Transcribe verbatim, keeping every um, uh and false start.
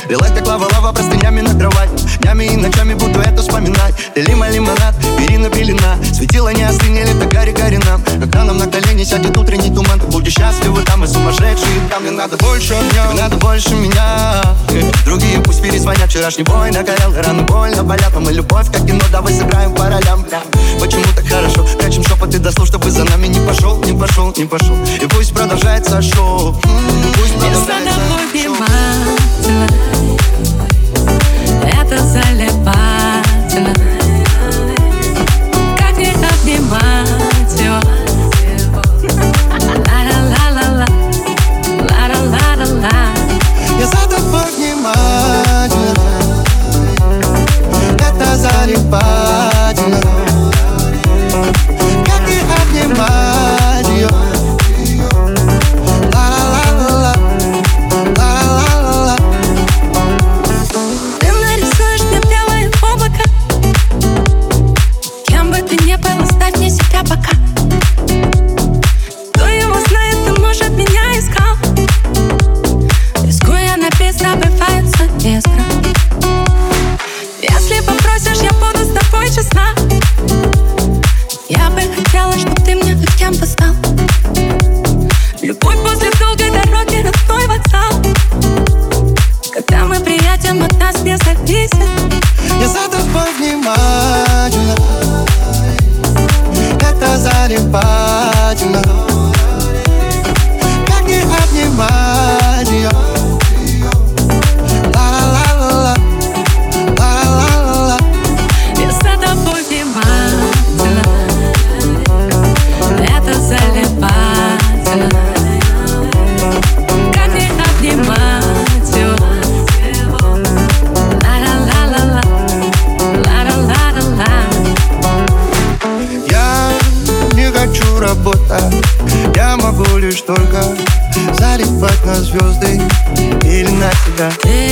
Лилась как лава-лава простынями на кровать. Днями и ночами буду это вспоминать. Ты лима, лимонад, перина, пелена. Светила не остынели, так гори-гори нам. Когда нам на колени сядет утренний туман, ты будешь счастливы там и сумасшедшие там. Мне надо больше огня, мне надо больше меня. Другие пусть перезвонят, вчерашний бой накалял. Раны больно болят, но мы любовь как кино, давай сыграем по ролям. Почему так хорошо? Прячем шепоты до слов, чтобы за нами не пошел, не пошел, не пошел. И пусть продолжается шоу. Пусть продолжается шоу. Это залипательно. Как не обнимать его? Ла-ла-ла-ла-ла, ла-ла-ла-ла-ла. Я за тобой внимательно. Это залипательно. Как не обнимать ее? Ла-ла-ла-ла-ла, ла-ла-ла-ла. Ты нарисуешь мне белое облако. Кем бы ты ни был, оставь мне себя пока. Кто его знает, ты, может, меня искал. Рискуя написано, бывается искра. Если попросишь, я буду с тобой честна. Я бы хотела, чтоб ты мне хоть кем-то стал. Любовь после долгой дороги, родной вокзал. Когда мы приедем, от нас не зависит. Я за тобой внимательно. Это залипательно. Как не обнимать ее? Ла-ла-ла-ла-ла, ла-ла-ла-ла. Я за тобой внимательно. Это залипательно. Как не обнимать его? Ла-ла-ла-ла-ла, ла-ла-ла-ла-ла. Я не хочу работать. Я могу лишь только залипать на звезды или на тебя. Ты